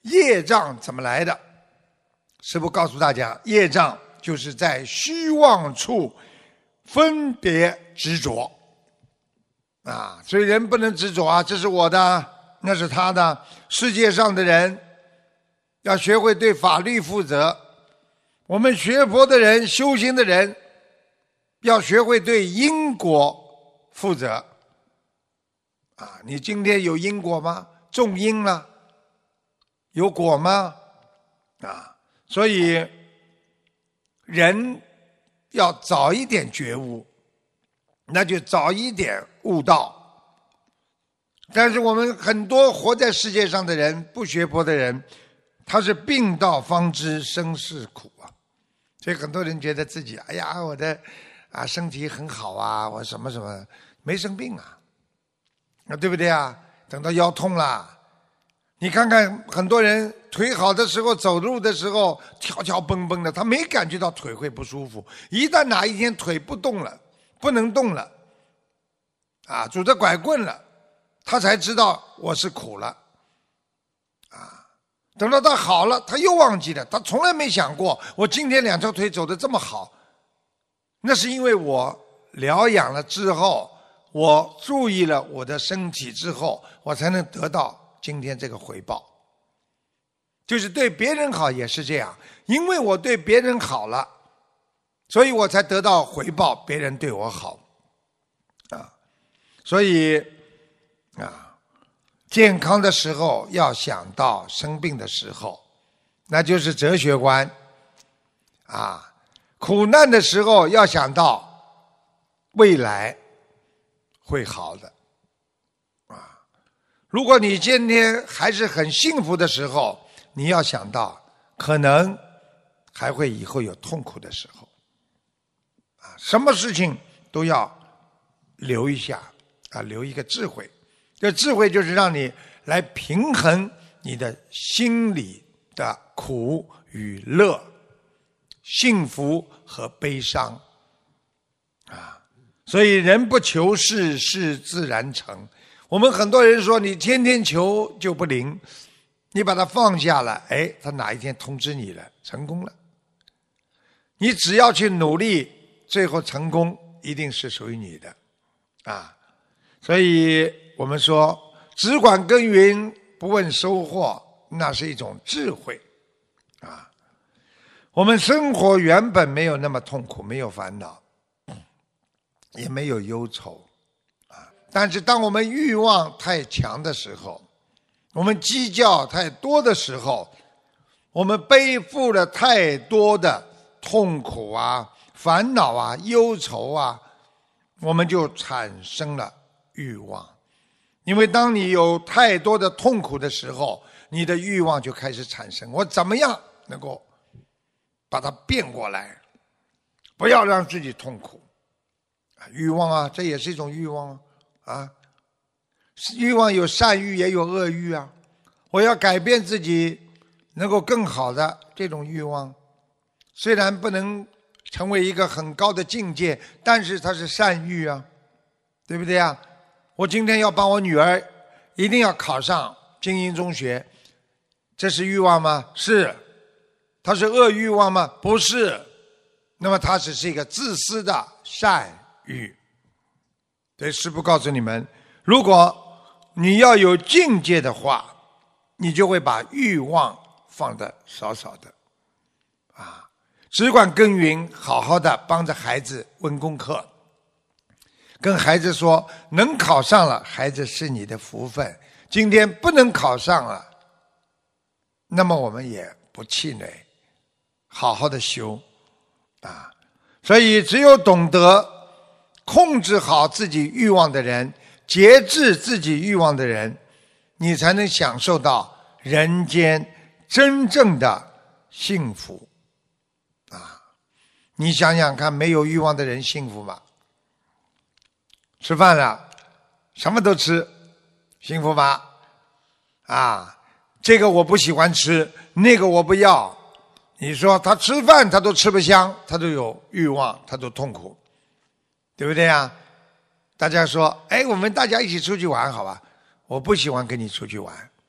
业障怎么来的？师父告诉大家，业障就是在虚妄处分别执着啊，所以人不能执着啊，这是我的，那是他的。世界上的人要学会对法律负责，我们学佛的人、修行的人要学会对因果负责啊！你今天有因果吗？种因了，有果吗？啊！所以人要早一点觉悟，那就早一点悟道。但是我们很多活在世界上的人，不学佛的人，他是病到方知身是苦啊。所以很多人觉得自己，哎呀，我的身体很好啊，我什么什么没生病啊，对不对啊？等到腰痛了，你看看很多人腿好的时候，走路的时候跳跳蹦蹦的，他没感觉到腿会不舒服。一旦哪一天腿不动了，不能动了，拄着拐棍了，他才知道我是苦了。等到他好了，他又忘记了，他从来没想过我今天两条腿走得这么好，那是因为我疗养了之后，我注意了我的身体之后，我才能得到今天这个回报。就是对别人好也是这样，因为我对别人好了，所以我才得到回报，别人对我好所以健康的时候要想到生病的时候，那就是哲学观苦难的时候要想到未来会好的如果你今天还是很幸福的时候，你要想到可能还会以后有痛苦的时候什么事情都要留一下留一个智慧。这智慧就是让你来平衡你的心里的苦与乐，幸福和悲伤所以人不求事，事自然成。我们很多人说你天天求就不灵，你把它放下了，他哪一天通知你了，成功了。你只要去努力，最后成功一定是属于你的所以我们说只管耕耘不问收获，那是一种智慧我们生活原本没有那么痛苦，没有烦恼，也没有忧愁但是当我们欲望太强的时候，我们计较太多的时候，我们背负了太多的痛苦烦恼忧愁我们就产生了欲望。因为当你有太多的痛苦的时候，你的欲望就开始产生，我怎么样能够把它变过来，不要让自己痛苦欲望这也是一种欲望欲望有善欲也有恶欲我要改变自己能够更好的这种欲望，虽然不能成为一个很高的境界，但是它是善欲对不对我今天要帮我女儿一定要考上精英中学，这是欲望吗？是。它是恶欲望吗？不是。那么它只是一个自私的善欲。所以师父告诉你们，如果你要有境界的话，你就会把欲望放得少少的只管耕耘，好好的帮着孩子温功课，跟孩子说能考上了，孩子是你的福分，今天不能考上了，那么我们也不气馁，好好的修所以只有懂得控制好自己欲望的人，节制自己欲望的人，你才能享受到人间真正的幸福你想想看，没有欲望的人幸福吗？吃饭了什么都吃，幸福吗？这个我不喜欢吃，那个我不要，你说他吃饭他都吃不香，他都有欲望，他都痛苦，对不对大家说我们大家一起出去玩好吧，我不喜欢跟你出去玩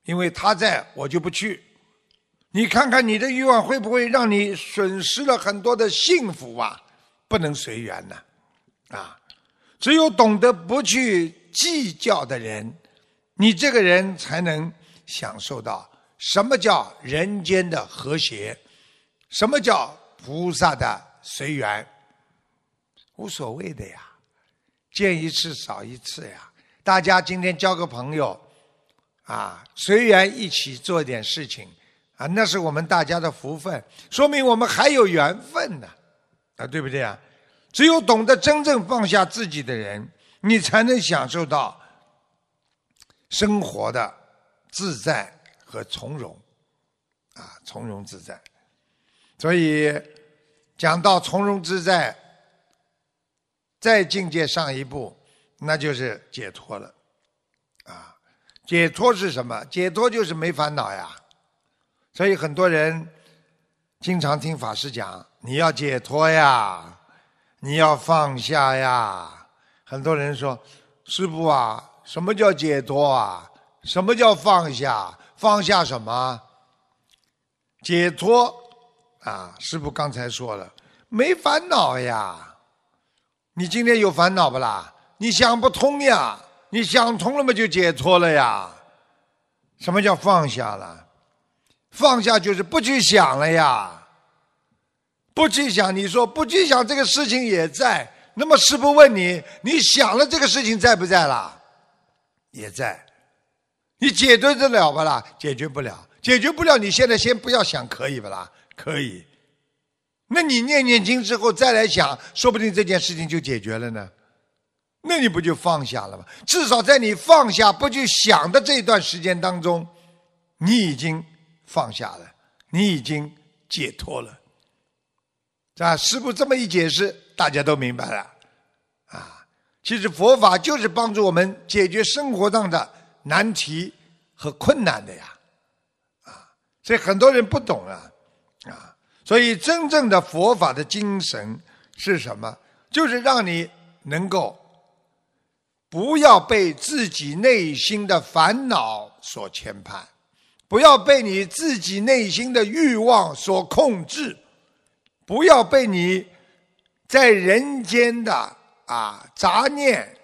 因为他在我就不去。你看看你的欲望会不会让你损失了很多的幸福啊？不能随缘呢，只有懂得不去计较的人，你这个人才能享受到什么叫人间的和谐，什么叫菩萨的随缘。无所谓的呀，见一次少一次呀。大家今天交个朋友随缘一起做点事情那是我们大家的福分，说明我们还有缘分呢对不对啊？只有懂得真正放下自己的人，你才能享受到生活的自在和从容从容自在。所以讲到从容自在，再境界上一步，那就是解脱了解脱是什么？解脱就是没烦恼呀。所以很多人经常听法师讲，你要解脱呀，你要放下呀。很多人说，师父啊，什么叫解脱啊？什么叫放下？放下什么？解脱师父刚才说了，没烦恼呀。你今天有烦恼不啦？你想不通呀，你想通了嘛就解脱了呀。什么叫放下了？放下就是不去想了呀。不去想，你说不去想这个事情也在，那么师父问你，你想了这个事情在不在啦？也在。你解决得了吧啦？解决不了。解决不了，你现在先不要想，可以不啦？可以。那你念念经之后再来想，说不定这件事情就解决了呢。那你不就放下了吗？至少在你放下不去想的这段时间当中，你已经放下了，你已经解脱了师父这么一解释，大家都明白了其实佛法就是帮助我们解决生活上的难题和困难的呀所以很多人不懂所以真正的佛法的精神是什么？就是让你能够不要被自己内心的烦恼所牵绊，不要被你自己内心的欲望所控制，不要被你在人间的杂念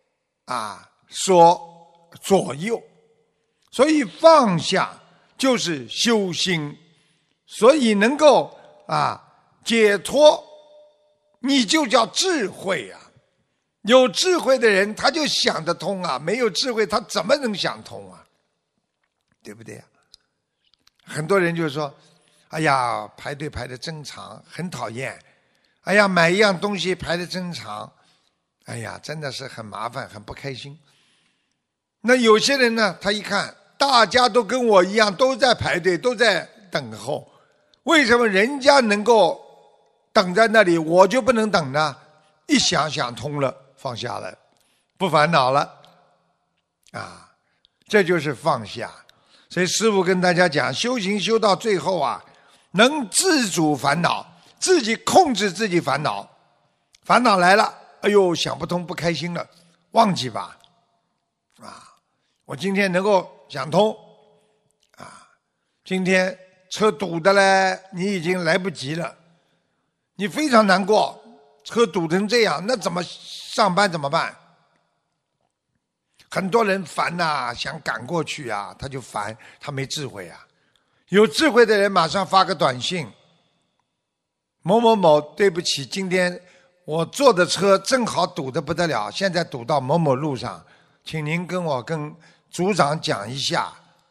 所左右。所以放下就是修心，所以能够解脱，你就叫智慧有智慧的人他就想得通没有智慧他怎么能想通对不对很多人就说，哎呀，排队排得真长，很讨厌。哎呀，买一样东西排得真长，哎呀，真的是很麻烦，很不开心。那有些人呢，他一看大家都跟我一样都在排队，都在等候，为什么人家能够等在那里，我就不能等呢？一想想通了，放下了，不烦恼了这就是放下。所以师父跟大家讲，修行修到最后能自主烦恼，自己控制自己烦恼。烦恼来了，哎呦，想不通，不开心了，忘记吧我今天能够想通今天车堵的嘞，你已经来不及了，你非常难过，车堵成这样，那怎么上班怎么办？很多人烦想赶过去他就烦，他没智慧有智慧的人马上发个短信，某某某，对不起，今天我坐的车正好堵得不得了，现在堵到某某路上，请您跟组长讲一下。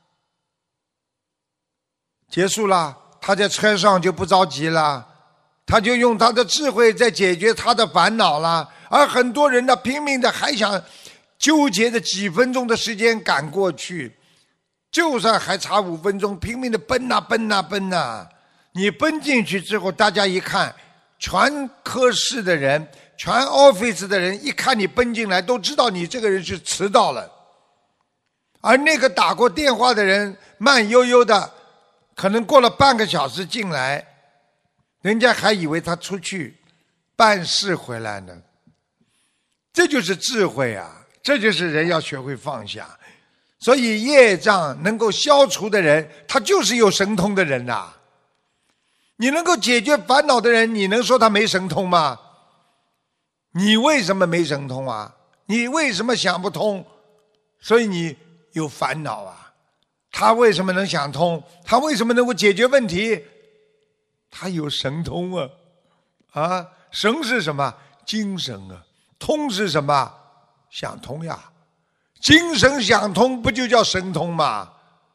结束了，他在车上就不着急了，他就用他的智慧在解决他的烦恼了。而很多人呢，拼命的还想纠结着几分钟的时间赶过去，就算还差5分钟，拼命的奔你奔进去之后，大家一看，全科室的人，全 office 的人一看你奔进来，都知道你这个人是迟到了。而那个打过电话的人慢悠悠的，可能过了半个小时进来，人家还以为他出去办事回来呢。这就是智慧这就是人要学会放下。 所以业障能够消除的人，他就是有神通的人呐。你能够解决烦恼的人，你能说他没神通吗？你为什么没神通啊？你为什么想不通？所以你有烦恼啊。他为什么能想通？他为什么能够解决问题？他有神通啊！啊，神是什么？精神啊。通是什么？想通呀。精神想通，不就叫神通吗？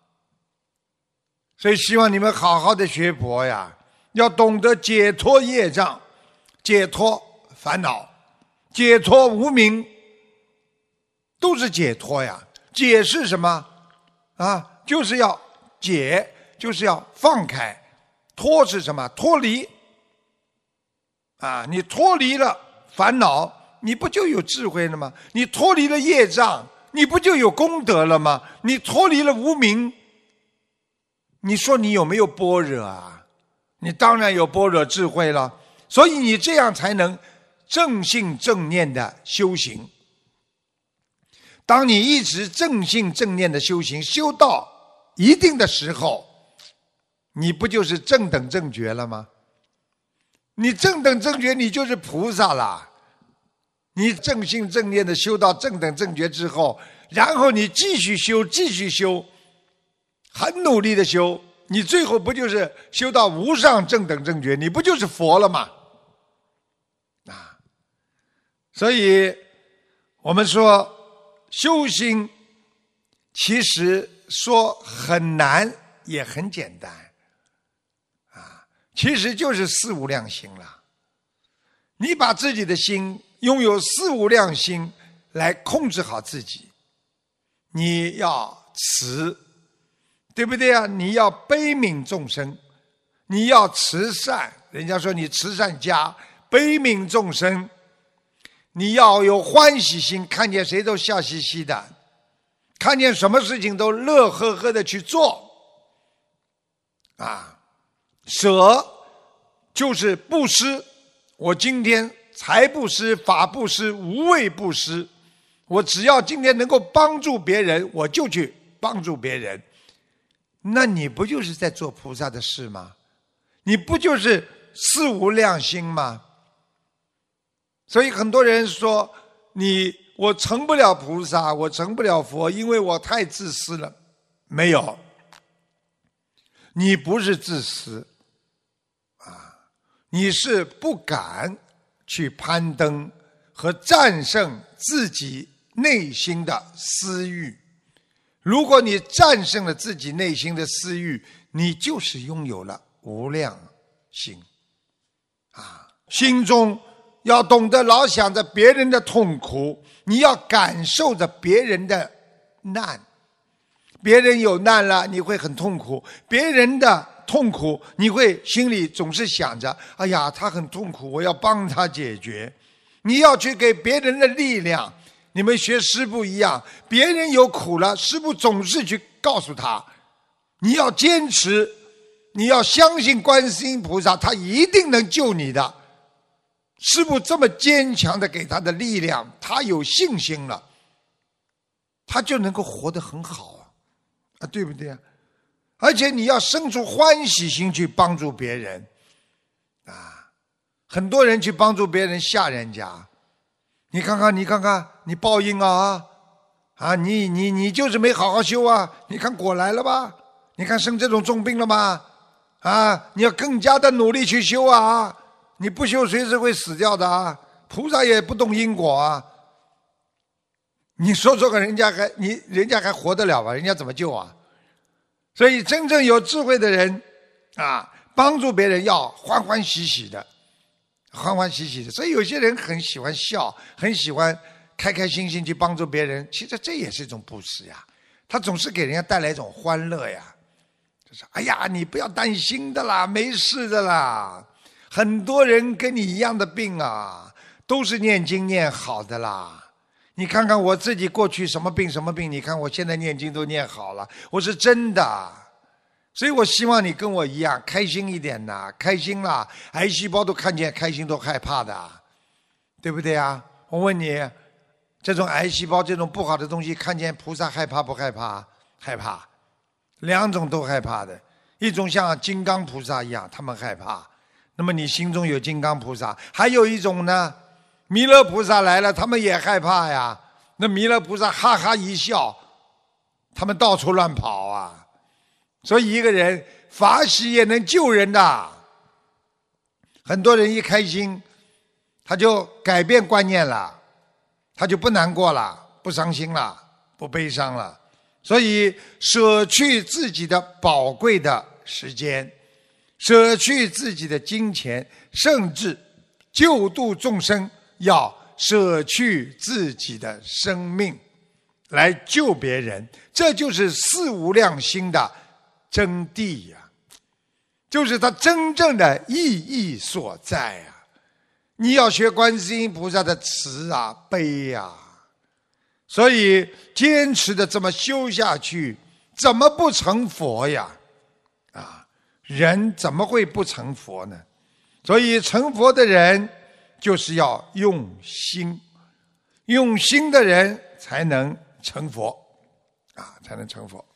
所以希望你们好好的学佛呀，要懂得解脱业障，解脱烦恼，解脱无明，都是解脱呀。解是什么啊？就是要解，就是要放开。脱是什么？脱离啊！你脱离了烦恼，你不就有智慧了吗？你脱离了业障，你不就有功德了吗？你脱离了无明，你说你有没有般若啊？你当然有般若智慧了。所以你这样才能正信正念的修行。当你一直正信正念的修行，修到一定的时候，你不就是正等正觉了吗？你正等正觉，你就是菩萨了。你正信正念的修到正等正觉之后，然后你继续修，继续修，很努力的修，你最后不就是修到无上正等正觉？你不就是佛了吗？啊！所以我们说修行其实说很难也很简单啊，其实就是四无量心了。你把自己的心拥有四无量心来控制好自己，你要慈，对不对啊？你要悲悯众生，你要慈善，人家说你慈善家，悲悯众生，你要有欢喜心，看见谁都笑嘻嘻的，看见什么事情都乐呵呵的去做啊。舍就是布施，我今天财布施、法布施、无畏布施，我只要今天能够帮助别人，我就去帮助别人。那你不就是在做菩萨的事吗？你不就是四无量心吗？所以很多人说我成不了菩萨，我成不了佛，因为我太自私了。没有，你不是自私啊，你是不敢去攀登和战胜自己内心的私欲。如果你战胜了自己内心的私欲，你就是拥有了无量心啊！心中要懂得老想着别人的痛苦，你要感受着别人的难。别人有难了，你会很痛苦；别人的痛苦，你会心里总是想着：哎呀，他很痛苦，我要帮他解决。你要去给别人的力量。你们学师父一样，别人有苦了，师父总是去告诉他，你要坚持，你要相信观世音菩萨，他一定能救你的。师父这么坚强的给他的力量，他有信心了，他就能够活得很好啊，对不对啊？而且你要生出欢喜心去帮助别人啊！很多人去帮助别人吓人家，你看看，你报应啊！啊，你就是没好好修啊！你看果来了吧？你看生这种重病了吗？啊，你要更加的努力去修啊！你不修随时会死掉的啊！菩萨也不动因果啊！你说说看，人家还活得了吧？人家怎么救啊？所以真正有智慧的人啊，帮助别人要欢欢喜喜的。欢欢喜喜的，所以有些人很喜欢笑，很喜欢开开心心去帮助别人，其实这也是一种布施呀，他总是给人家带来一种欢乐呀。就是哎呀，你不要担心的啦，没事的啦，很多人跟你一样的病啊，都是念经念好的啦。你看看我自己过去什么病，你看我现在念经都念好了，我是真的。所以我希望你跟我一样开心一点呐，开心啦，癌细胞都看见开心都害怕的，对不对啊？我问你， 这种癌细胞这种不好的东西，看见菩萨害怕不害怕？害怕，两种都害怕的。一种像金刚菩萨一样，他们害怕。那么你心中有金刚菩萨，还有一种呢，弥勒菩萨来了，他们也害怕呀。那弥勒菩萨哈哈一笑，他们到处乱跑啊。所以一个人法喜也能救人的。很多人一开心，他就改变观念了，他就不难过了，不伤心了，不悲伤了。所以舍去自己的宝贵的时间，舍去自己的金钱，甚至救度众生，要舍去自己的生命来救别人，这就是四无量心的真谛呀，就是它真正的意义所在啊！你要学观世音菩萨的慈啊、悲呀，所以坚持的这么修下去，怎么不成佛呀？啊，人怎么会不成佛呢？所以成佛的人就是要用心，用心的人才能成佛啊，才能成佛。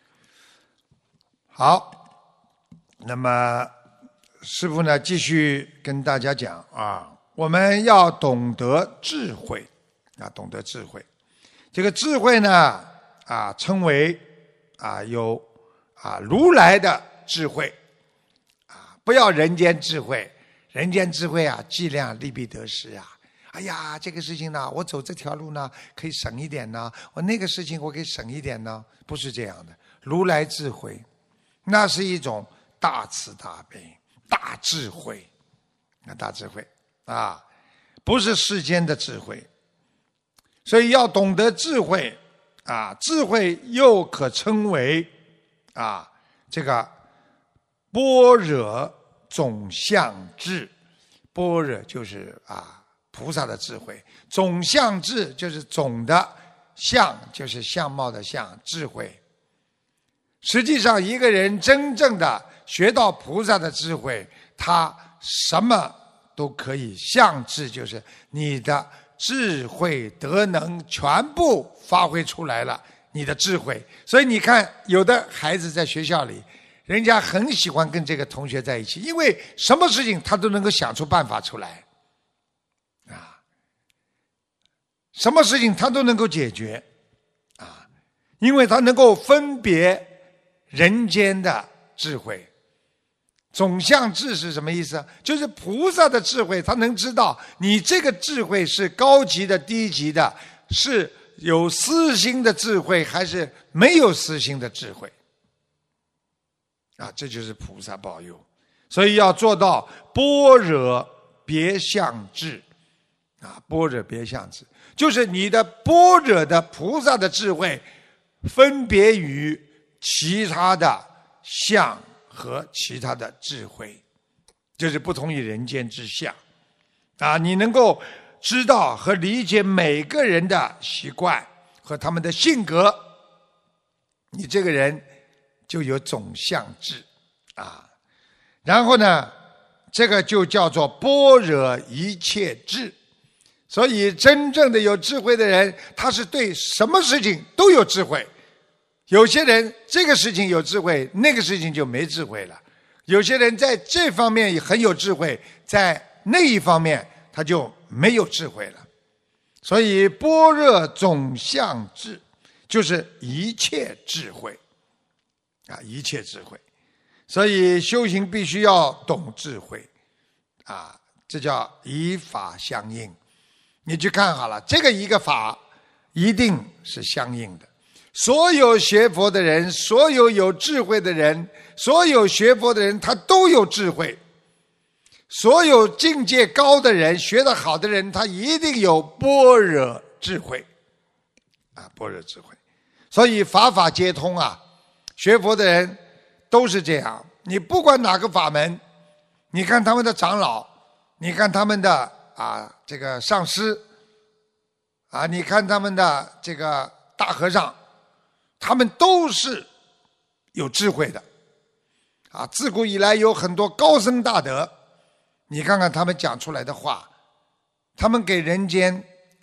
好，那么师父呢继续跟大家讲啊，我们要懂得智慧啊，懂得智慧。这个智慧呢啊，称为啊有啊如来的智慧啊，不要人间智慧。人间智慧啊，计量利弊得失啊。哎呀，这个事情呢，我走这条路呢，可以省一点呢；我那个事情我可以省一点呢，不是这样的。如来智慧，那是一种大慈大悲、大智慧，大智慧啊，不是世间的智慧。所以要懂得智慧啊，智慧又可称为啊这个般若总相智。般若就是啊菩萨的智慧，总相智就是总的相，就是相貌的相，智慧。实际上一个人真正的学到菩萨的智慧，他什么都可以，相智就是你的智慧德能全部发挥出来了，你的智慧。所以你看有的孩子在学校里，人家很喜欢跟这个同学在一起，因为什么事情他都能够想出办法出来啊，什么事情他都能够解决啊，因为他能够分别人间的智慧。总相智是什么意思？就是菩萨的智慧，他能知道你这个智慧是高级的、低级的，是有私心的智慧还是没有私心的智慧啊，这就是菩萨保佑。所以要做到般若别相智啊，般若别相智就是你的般若的菩萨的智慧分别于其他的相和其他的智慧，就是不同于人间之相啊，你能够知道和理解每个人的习惯和他们的性格，你这个人就有总相智啊。然后呢，这个就叫做般若一切智。所以真正的有智慧的人，他是对什么事情都有智慧。有些人这个事情有智慧，那个事情就没智慧了。有些人在这方面也很有智慧，在那一方面他就没有智慧了。所以般若总相智就是一切智慧啊，一切智慧。所以修行必须要懂智慧啊，这叫以法相应。你去看好了，这个一个法一定是相应的。所有学佛的人，所有有智慧的人，所有学佛的人，他都有智慧。所有境界高的人，学得好的人，他一定有般若智慧啊，般若智慧。所以法法皆通啊，学佛的人都是这样。你不管哪个法门，你看他们的长老，你看他们的这个上师啊，你看他们的这个大和尚，他们都是有智慧的啊。自古以来有很多高僧大德，你看看他们讲出来的话，他们给人间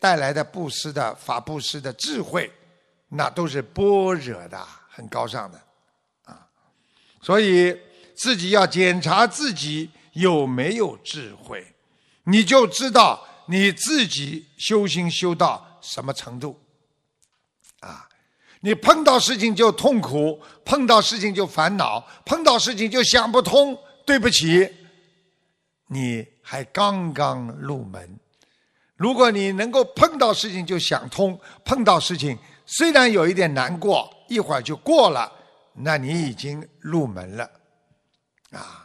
带来的布施的法布施的智慧，那都是般若的，很高尚的啊。所以自己要检查自己有没有智慧，你就知道你自己修行修到什么程度啊。你碰到事情就痛苦，碰到事情就烦恼，碰到事情就想不通，对不起，你还刚刚入门。如果你能够碰到事情就想通，碰到事情虽然有一点难过，一会儿就过了，那你已经入门了啊。